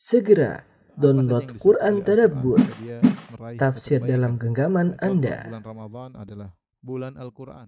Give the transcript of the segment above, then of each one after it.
Segera download Quran Tadabbur, dia meraih tafsir kebaikan. dalam genggaman Anda. Bulan Ramadan adalah bulan Al-Quran.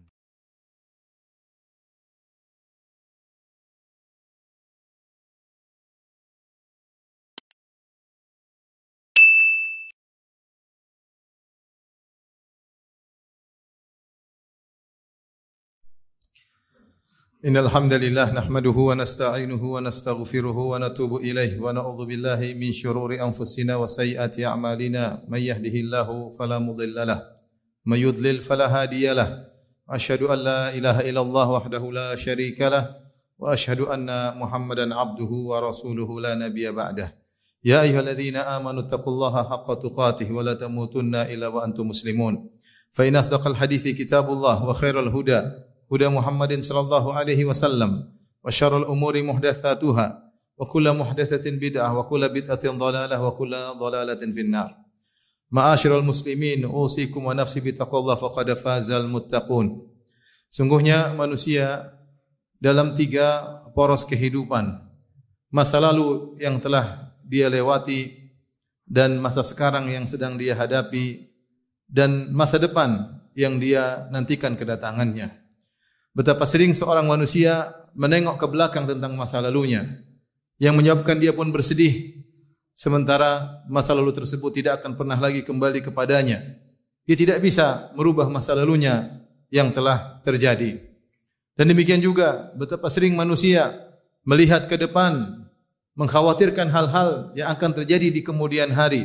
Innal hamdalillah nahmaduhu wa nasta'inuhu wa nastaghfiruhu wa natubu ilaihi wa na'udzu billahi min shururi anfusina wa sayyiati a'malina may yahdihillahu fala mudilla lahu may yudlil fala hadiya lahu asyhadu an la ilaha illallah wahdahu la syarika lahu wa asyhadu anna Muhammadan abduhu wa rasuluhu la nabiyya ba'dah. Ya ayyuhalladzina amanu taqullaha haqqa tuqatih wa la tamutunna illa wa antum muslimun. Fa in asdaqal hadithi kitabullah wa khairal huda huda Muhammadin sallallahu alaihi wasallam wa syarrul umuri muhdatsatuha wa kullu muhdatsatin bid'ah wa kullu bid'atin dhalalah wa kullu dhalalatin finnar. Ma'asyiral muslimin, usikum wa nafsi bittaqwallah faqad fazal muttaqun. Sungguhnya manusia dalam tiga poros kehidupan. Masa lalu yang telah dia lewati dan masa sekarang yang sedang dia hadapi dan masa depan yang dia nantikan kedatangannya. Betapa sering seorang manusia menengok ke belakang tentang masa lalunya yang menyebabkan dia pun bersedih sementara masa lalu tersebut tidak akan pernah lagi kembali kepadanya. Dia tidak bisa merubah masa lalunya yang telah terjadi. Dan demikian juga betapa sering manusia melihat ke depan mengkhawatirkan hal-hal yang akan terjadi di kemudian hari.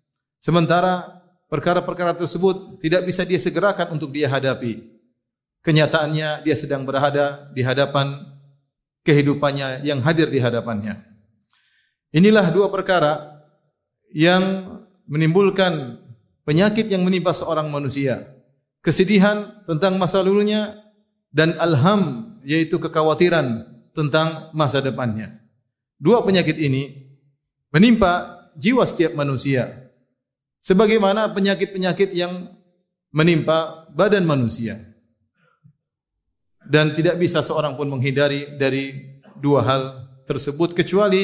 Sementara perkara-perkara tersebut tidak bisa dia segerakan untuk dia hadapi. Kenyataannya dia sedang berada di hadapan kehidupannya yang hadir di hadapannya. Inilah dua perkara yang menimbulkan penyakit yang menimpa seorang manusia. Kesedihan tentang masa lalunya dan alham yaitu kekhawatiran tentang masa depannya. Dua penyakit ini menimpa jiwa setiap manusia. Sebagaimana penyakit-penyakit yang menimpa badan manusia. Dan tidak bisa seorang pun menghindari dari dua hal tersebut kecuali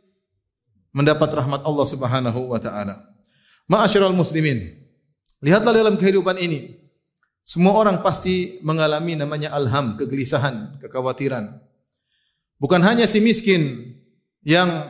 mendapat rahmat Allah Subhanahu wa taala. Ma'asyiral muslimin, lihatlah dalam kehidupan ini semua orang pasti mengalami namanya alham, kegelisahan, kekhawatiran. Bukan hanya si miskin yang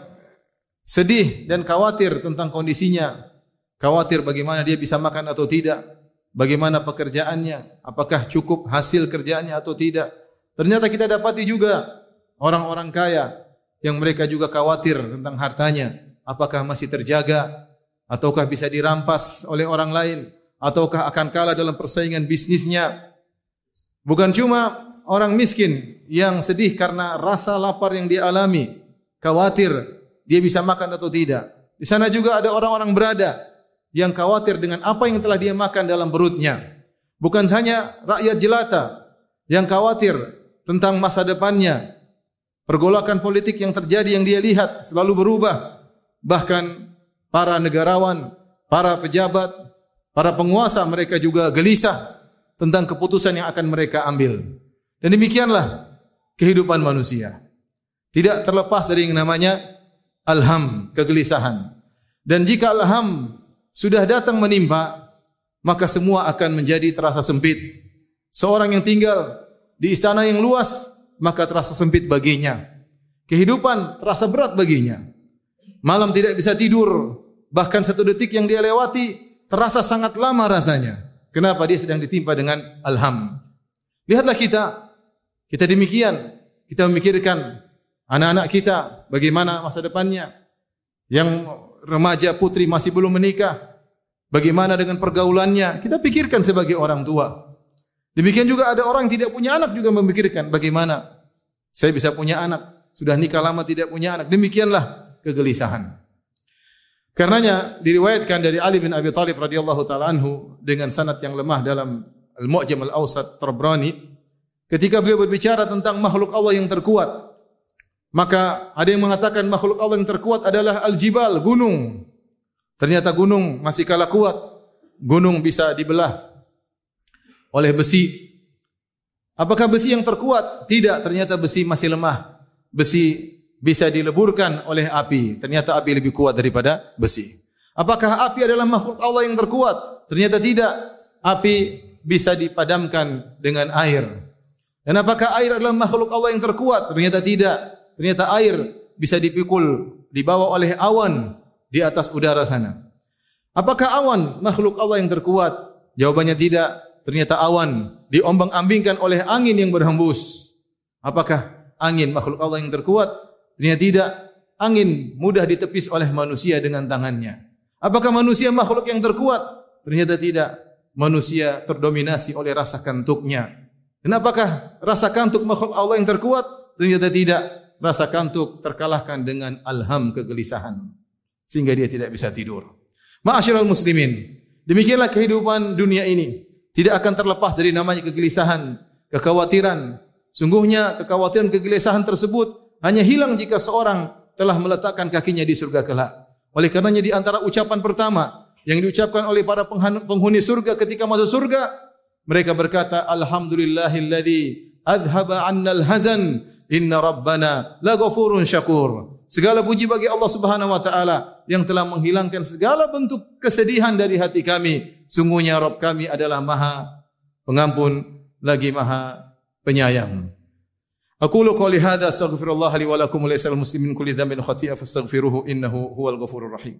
sedih dan khawatir tentang kondisinya, khawatir bagaimana dia bisa makan atau tidak, bagaimana pekerjaannya, apakah cukup hasil kerjaannya atau tidak. Ternyata kita dapati juga orang-orang kaya yang mereka juga khawatir tentang hartanya, apakah masih terjaga ataukah bisa dirampas oleh orang lain ataukah akan kalah dalam persaingan bisnisnya. Bukan cuma orang miskin yang sedih karena rasa lapar yang dia alami, khawatir dia bisa makan atau tidak. Di sana juga ada orang-orang berada yang khawatir dengan apa yang telah dia makan dalam perutnya. Bukan hanya rakyat jelata yang khawatir tentang masa depannya. Pergolakan politik yang terjadi yang dia lihat selalu berubah. Bahkan para negarawan, para pejabat, para penguasa mereka juga gelisah tentang keputusan yang akan mereka ambil. Dan demikianlah kehidupan manusia. Tidak terlepas dari yang namanya alham, kegelisahan. Dan jika alham sudah datang menimpa, maka semua akan menjadi terasa sempit. Seorang yang tinggal di istana yang luas, maka terasa sempit baginya. Kehidupan terasa berat baginya. Malam tidak bisa tidur, bahkan satu detik yang dia lewati terasa sangat lama rasanya. Kenapa? Dia sedang ditimpa dengan alham. Lihatlah kita demikian. Kita memikirkan anak-anak kita, bagaimana masa depannya. Yang remaja putri masih belum menikah, bagaimana dengan pergaulannya? Kita pikirkan sebagai orang tua. Demikian juga ada orang yang tidak punya anak juga memikirkan bagaimana saya bisa punya anak, sudah nikah lama tidak punya anak. Demikianlah kegelisahan. Karenanya diriwayatkan dari Ali bin Abi Thalib radhiyallahu taala anhu dengan sanad yang lemah dalam Al-Mu'jam Al-Awsat Tabrani, ketika beliau berbicara tentang makhluk Allah yang terkuat, maka ada yang mengatakan makhluk Allah yang terkuat adalah al-jibal, gunung. Ternyata gunung masih kalah kuat. Gunung bisa dibelah oleh besi. Apakah besi yang terkuat? Tidak, ternyata besi masih lemah. Besi bisa dileburkan oleh api. Ternyata api lebih kuat daripada besi. Apakah api adalah makhluk Allah yang terkuat? Ternyata tidak. Api bisa dipadamkan dengan air. Dan apakah air adalah makhluk Allah yang terkuat? Ternyata tidak. Ternyata air bisa dipikul, dibawa oleh awan di atas udara sana. Apakah awan makhluk Allah yang terkuat? Jawabannya tidak. Ternyata awan diombang-ambingkan oleh angin yang berhembus. Apakah angin makhluk Allah yang terkuat? Ternyata tidak. Angin mudah ditepis oleh manusia dengan tangannya. Apakah manusia makhluk yang terkuat? Ternyata tidak. Manusia terdominasi oleh rasa kantuknya. Dan apakah rasa kantuk makhluk Allah yang terkuat? Ternyata tidak. Rasa kantuk terkalahkan dengan alham, kegelisahan. Sehingga dia tidak bisa tidur. Ma'asyiral muslimin, demikianlah kehidupan dunia ini. Tidak akan terlepas dari namanya kegelisahan, kekhawatiran. Sungguhnya kekhawatiran, kegelisahan tersebut hanya hilang jika seorang telah meletakkan kakinya di surga kelak. Oleh karenanya di antara ucapan pertama yang diucapkan oleh para penghuni surga ketika masuk surga, mereka berkata, Alhamdulillahilladzi adhaba 'annal hazan, inna rabbana laghafurun syakur. Segala puji bagi Allah Subhanahu wa taala yang telah menghilangkan segala bentuk kesedihan dari hati kami. Sungguhnya Rabb kami adalah Maha Pengampun lagi Maha Penyayang. Aqulu qouli hadza astaghfirullah li wa lakum wa lisal muslimin kulli dhanbin khati'a fastaghfiruhu innahu huwal ghafurur rahim.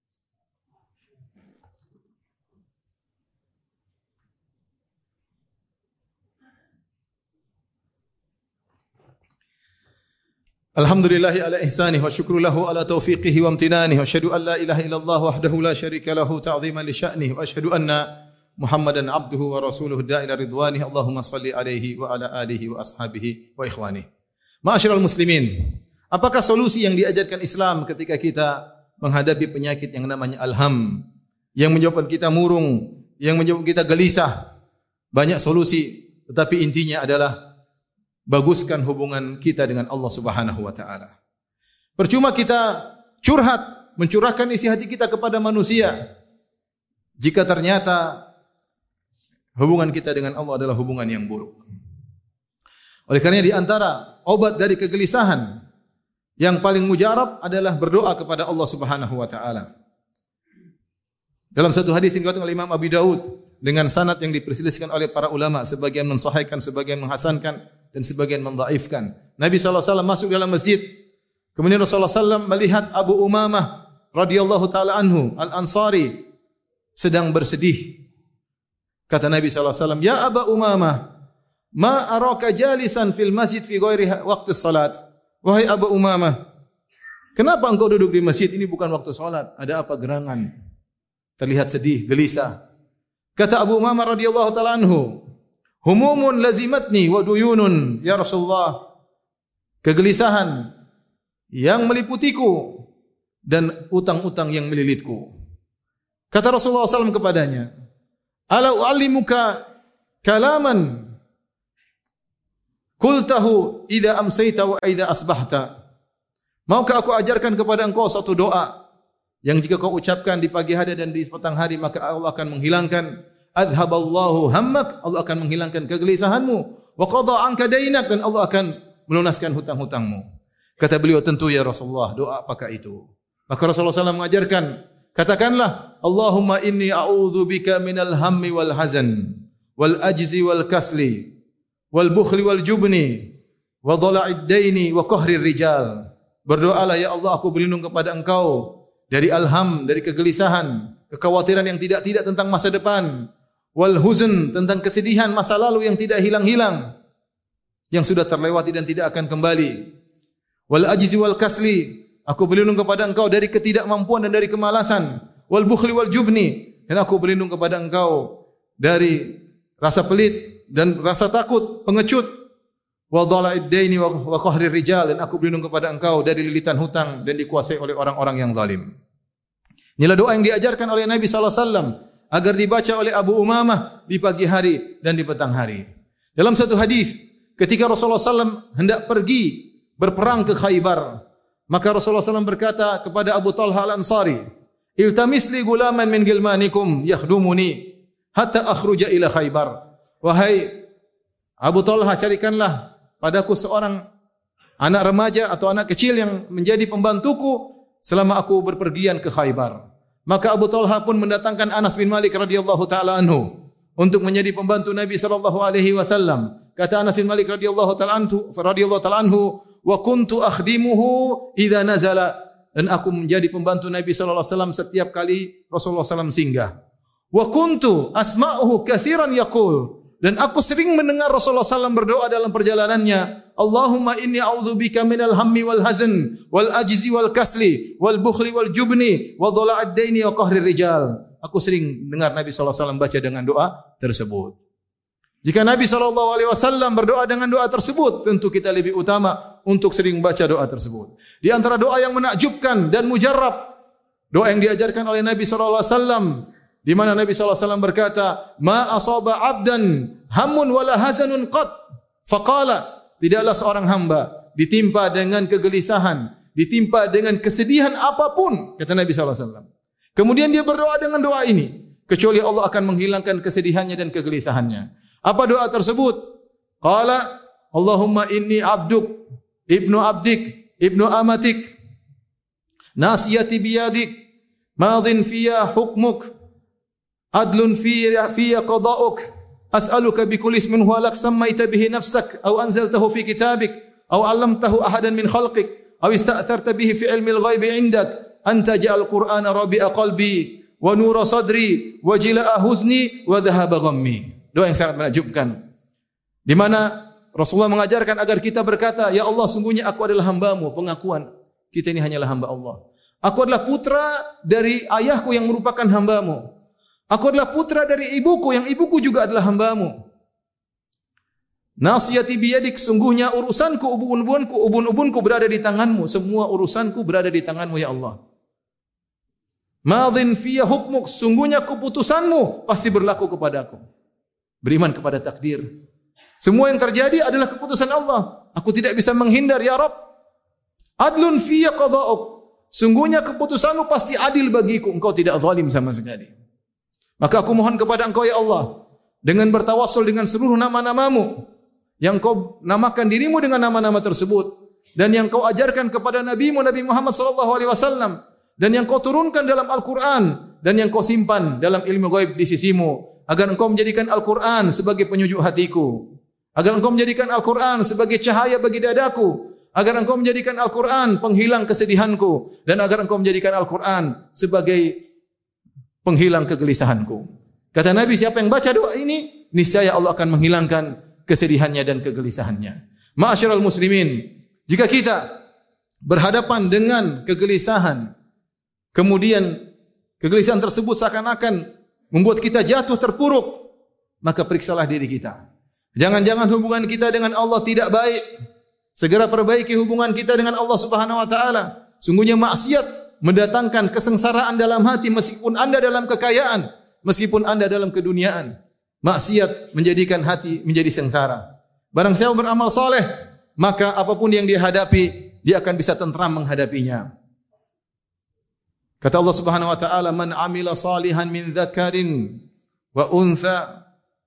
Alhamdulillahi ala ihsanih wa syukru lahu ala taufiqihi wa amtinanih wa asyhadu an la ilaha illallah wahdahu la syarika lahu ta'ziman li sya'nih wa asyhadu anna Muhammadan abduhu wa rasuluhu da'ila ridwanih. Allahumma salli alaihi wa ala alihi wa ashabihi wa ikhwanih. Ma'asyiral muslimin, apakah solusi yang diajarkan Islam ketika kita menghadapi penyakit yang namanya alham, yang menyebabkan kita murung, yang menyebabkan kita gelisah? Banyak solusi, tetapi intinya adalah baguskan hubungan kita dengan Allah Subhanahu wa taala. Percuma kita curhat, mencurahkan isi hati kita kepada manusia jika ternyata hubungan kita dengan Allah adalah hubungan yang buruk. Oleh karena di antara obat dari kegelisahan yang paling mujarab adalah berdoa kepada Allah Subhanahu wa taala. Dalam satu hadis yang diriwayatkan oleh Imam Abi Daud dengan sanad yang diperselisihkan oleh para ulama, sebagian mensahihkan, sebagian menghasankan, dan sebagian mendhaifkan. Nabi SAW masuk dalam masjid. Kemudian Rasulullah SAW melihat Abu Umamah radhiyallahu taala anhu Al-Ansari sedang bersedih. Kata Nabi SAW, "Ya Aba Umamah, ma araka jalisan fil masjid fi ghairi waqti salat." Wahai Abu Umamah, kenapa engkau duduk di masjid, ini bukan waktu salat? Ada apa gerangan? Terlihat sedih, gelisah. Kata Abu Umamah radhiyallahu taala anhu, humumun lazimatni wa duyunun ya Rasulullah. Kegelisahan yang meliputiku dan utang-utang yang melilitku. Kata Rasulullah SAW kepadanya, ala u'allimuka kalaman qultahu idza amsayta wa idza asbahta. Maukah aku ajarkan kepada engkau satu doa yang jika kau ucapkan di pagi hari dan di petang hari maka Allah akan menghilangkan adhaballahu hammak, Allah akan menghilangkan kegelisahanmu, wa qada anka dainak, dan Allah akan melunaskan hutang-hutangmu. Kata beliau, tentu ya Rasulullah, doa apakah itu? Maka Rasulullah SAW mengajarkan, katakanlah, Allahumma inni a'udzu bika minal hammi wal hazan wal ajzi wal kasli wal bukhli wal jubni wa dhala'id daini wa qahrir rijal. Berdoalah ya Allah, aku berlindung kepada Engkau dari alham, dari kegelisahan, kekhawatiran yang tidak-tidak tentang masa depan, wal huzn, tentang kesedihan masa lalu yang tidak hilang-hilang, yang sudah terlewati dan tidak akan kembali. Wal ajzi wal kasli, aku berlindung kepada Engkau dari ketidakmampuan dan dari kemalasan. Wal bukhli wal jubni, dan aku berlindung kepada Engkau dari rasa pelit dan rasa takut, pengecut. Wa dhala'id daini wa qahrir rijal, dan aku berlindung kepada Engkau dari lilitan hutang dan dikuasai oleh orang-orang yang zalim. Inilah doa yang diajarkan oleh Nabi sallallahu alaihi wasallam agar dibaca oleh Abu Umamah di pagi hari dan di petang hari. Dalam satu hadis, ketika Rasulullah SAW hendak pergi berperang ke Khaybar, maka Rasulullah SAW berkata kepada Abu Talha Al-Ansari, "Iltamis li gulaman min gilmanikum yakhdumuni hatta akhruja ila Khaybar." Wahai Abu Talha, carikanlah padaku seorang anak remaja atau anak kecil yang menjadi pembantuku selama aku berpergian ke Khaybar. Maka Abu Talha pun mendatangkan Anas bin Malik radhiyallahu taala anhu untuk menjadi pembantu Nabi sallallahu alaihi wasallam. Kata Anas bin Malik radhiyallahu taala anhu, "Wa kuntu akhdimuhu idza nazala." Dan aku menjadi pembantu Nabi sallallahu alaihi wasallam setiap kali Rasulullah sallallahu singgah. Wa kuntu asma'uhu katsiran yaqul. Dan aku sering mendengar Rasulullah SAW berdoa dalam perjalanannya. Allahumma inni a'udzubika minal hammi wal hazn wal ajzi wal kasli wal bukhli wal jubni wa dhala'ad daini wa qahrir rijal. Aku sering dengar Nabi SAW baca dengan doa tersebut. Jika Nabi SAW berdoa dengan doa tersebut, tentu kita lebih utama untuk sering baca doa tersebut. Di antara doa yang menakjubkan dan mujarrab, doa yang diajarkan oleh Nabi SAW, di mana Nabi SAW berkata, "Ma asaba 'abdan hammun wala hazanun qat." Faqala, tidaklah seorang hamba ditimpa dengan kegelisahan, ditimpa dengan kesedihan apapun, kata Nabi SAW. Kemudian dia berdoa dengan doa ini, kecuali Allah akan menghilangkan kesedihannya dan kegelisahannya. Apa doa tersebut? Qala, Allahumma inni abduk, ibnu abdik, ibnu amatik, nasiyati biyadik, madhin fiyya hukmuk, adlun fiyya qada'uk, as'aluka bikulli ismin huwa lak sammaita bihi nafsak aw anzaltahu fi kitabik aw 'allamtahu ahadan min khalqik aw ista'tharta bihi fi ilmil ghaibi 'indak an taj'al qur'ana rabi'a qalbi wa nura sadri wa jila'a huzni wa dhahaba ghammi. Doa yang sangat menakjubkan, di mana Rasulullah mengajarkan agar kita berkata, "Ya Allah, sungguhnya aku adalah hamba-Mu." Pengakuan kita ini hanyalah hamba Allah. Aku adalah putra dari ayahku yang merupakan hamba-Mu. Aku adalah putra dari ibuku, yang ibuku juga adalah hamba-Mu. Nasiyati biyadik, sungguhnya urusanku, ubun-ubunku berada di tangan-Mu. Semua urusanku berada di tangan-Mu, ya Allah. Madhin fiyya hukmuk, sungguhnya keputusan-Mu pasti berlaku kepadaku. Beriman kepada takdir. Semua yang terjadi adalah keputusan Allah. Aku tidak bisa menghindar, ya Rabb. Adlun fiyya qada'uk, sungguhnya keputusan-Mu pasti adil bagiku. Engkau tidak zalim sama sekali. Maka aku mohon kepada Engkau, ya Allah, dengan bertawassul dengan seluruh nama-nama-Mu, yang Kau namakan dirimu dengan nama-nama tersebut, dan yang Kau ajarkan kepada Nabi-Mu Nabi Muhammad SAW, dan yang Kau turunkan dalam Al-Quran, dan yang Kau simpan dalam ilmu gaib di sisi-Mu, agar Engkau menjadikan Al-Quran sebagai penyujuk hatiku, agar Engkau menjadikan Al-Quran sebagai cahaya bagi dadaku, agar Engkau menjadikan Al-Quran penghilang kesedihanku, dan agar Engkau menjadikan Al-Quran sebagai penghilang kegelisahanku. Kata Nabi, siapa yang baca doa ini, niscaya Allah akan menghilangkan kesedihannya dan kegelisahannya. Ma'asyiral muslimin, jika kita berhadapan dengan kegelisahan, kemudian kegelisahan tersebut seakan-akan membuat kita jatuh terpuruk, maka periksalah diri kita. Jangan-jangan hubungan kita dengan Allah tidak baik. Segera perbaiki hubungan kita dengan Allah Subhanahu wa taala. Sungguhnya maksiat mendatangkan kesengsaraan dalam hati, meskipun Anda dalam kekayaan, meskipun Anda dalam keduniaan. Maksiat menjadikan hati menjadi sengsara. Barang siapa beramal soleh, maka apapun yang dia hadapi, dia akan bisa tentram menghadapinya. Kata Allah Subhanahu wa taala, "Man 'amila salihan min dzakarin wa untha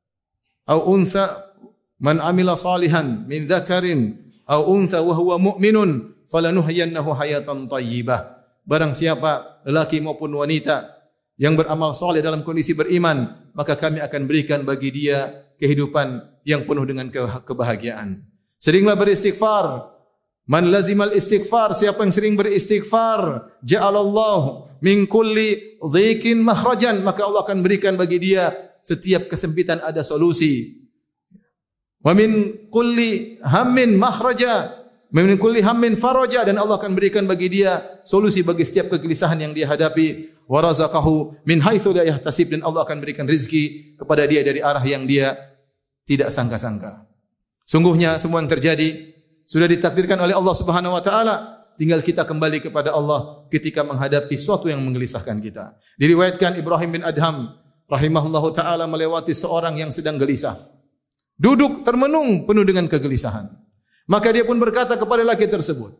aw untha man 'amila salihan min dzakarin aw untha wa huwa mu'minun falanuhyiyannahu hayatan thayyibah." Barang siapa lelaki maupun wanita yang beramal soleh dalam kondisi beriman, maka kami akan berikan bagi dia kehidupan yang penuh dengan kebahagiaan. Seringlah beristighfar. Man lazimal istighfar, siapa yang sering beristighfar, ja'alallahu min kulli dhiqin makhrajan, maka Allah akan berikan bagi dia setiap kesempitan ada solusi. Wa min kulli hammin makhraja, min kulli hammin faraja, dan Allah akan berikan bagi dia solusi bagi setiap kegelisahan yang dia hadapi. Wa razaqahu min haitsu la yahtasib, dan Allah akan berikan rezeki kepada dia dari arah yang dia tidak sangka-sangka. Sungguhnya semua yang terjadi sudah ditakdirkan oleh Allah Subhanahu wa taala, tinggal kita kembali kepada Allah ketika menghadapi sesuatu yang menggelisahkan kita. Diriwayatkan Ibrahim bin Adham rahimahullahu taala melewati seorang yang sedang gelisah. Duduk termenung penuh dengan kegelisahan. Maka dia pun berkata kepada laki tersebut,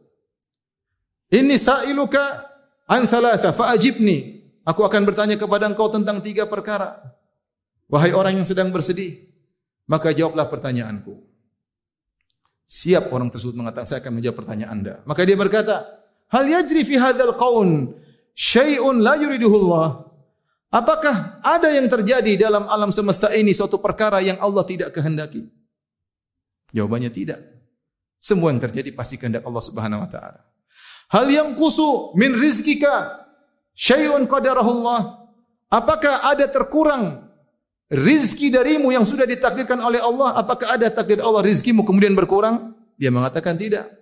"Inni sa'iluka an thalatha fa'ajibni." Aku akan bertanya kepada engkau tentang 3 perkara. Wahai orang yang sedang bersedih, maka jawablah pertanyaanku. Siap orang tersebut mengatakan, saya akan menjawab pertanyaan Anda. Maka dia berkata, hal yajri fi hadzal qaun syai'un la yuriduhullah. Apakah ada yang terjadi dalam alam semesta ini suatu perkara yang Allah tidak kehendaki? Jawabannya tidak. Semua yang terjadi pasti kehendak Allah Subhanahu wa taala. Hal yanqusu min rizqika syai'un qadarahullah. Apakah ada terkurang rizki darimu yang sudah ditakdirkan oleh Allah? Apakah ada takdir Allah rizkimu kemudian berkurang? Dia mengatakan tidak.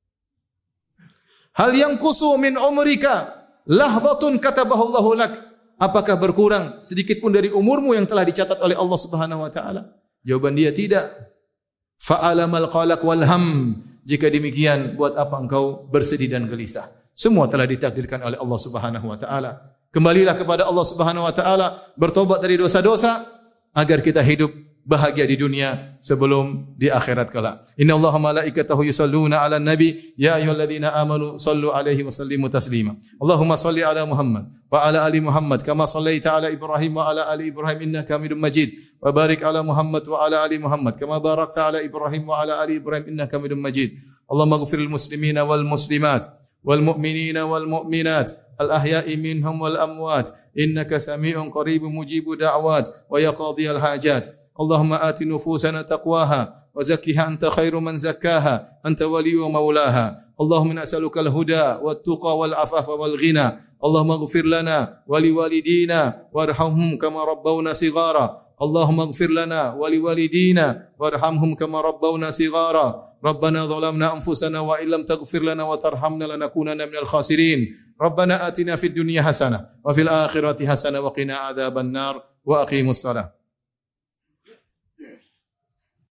Hal yanqusu min umrika lahzatun katabahullahu lak. Apakah berkurang sedikit pun dari umurmu yang telah dicatat oleh Allah Subhanahu wa taala? Jawaban dia tidak. Fa'alamal qalaq wal ham. Jika demikian, buat apa engkau bersedih dan gelisah? Semua telah ditakdirkan oleh Allah Subhanahu wa taala. Kembalilah kepada Allah Subhanahu wa taala, bertobat dari dosa-dosa agar kita hidup bahagia di dunia sebelum di akhirat kelak. Innallaha malaikatahu yusalluna 'alan nabi ya ayyuhalladzina amanu sallu 'alaihi wa sallimu taslima. Allahumma shalli 'ala Muhammad wa 'ala ali Muhammad kama shallaita 'ala Ibrahim wa 'ala ali Ibrahim innaka Hamidum Majid. Wa barik 'ala Muhammad wa 'ala ali Muhammad kama barakta 'ala Ibrahim wa 'ala ali Ibrahim innaka Hamidum Majid. Allahumma ighfir lil muslimina wal muslimat wal mu'minina wal mu'minat al-ahya'i minhum wal amwat innaka sami'un qaribun mujibud da'wat wa yaqdiyal hajat. اللهم آت نفوسنا تقواها وزكها أنت خير من زكاها أنت ولي ومولاها اللهم نسألك الهدى والتقى والعفاف والغنى اللهم اغفر لنا ولوالدينا وارحمهم كما ربونا صغارا اللهم اغفر لنا ولوالدينا وارحمهم كما ربونا صغارا ربنا ظلمنا أنفسنا وإن لم تغفر لنا وترحمنا لنكونن من الخاسرين ربنا آتنا في الدنيا حسنة وفي الآخرة حسنة وقنا عذاب النار وأقيموا الصلاة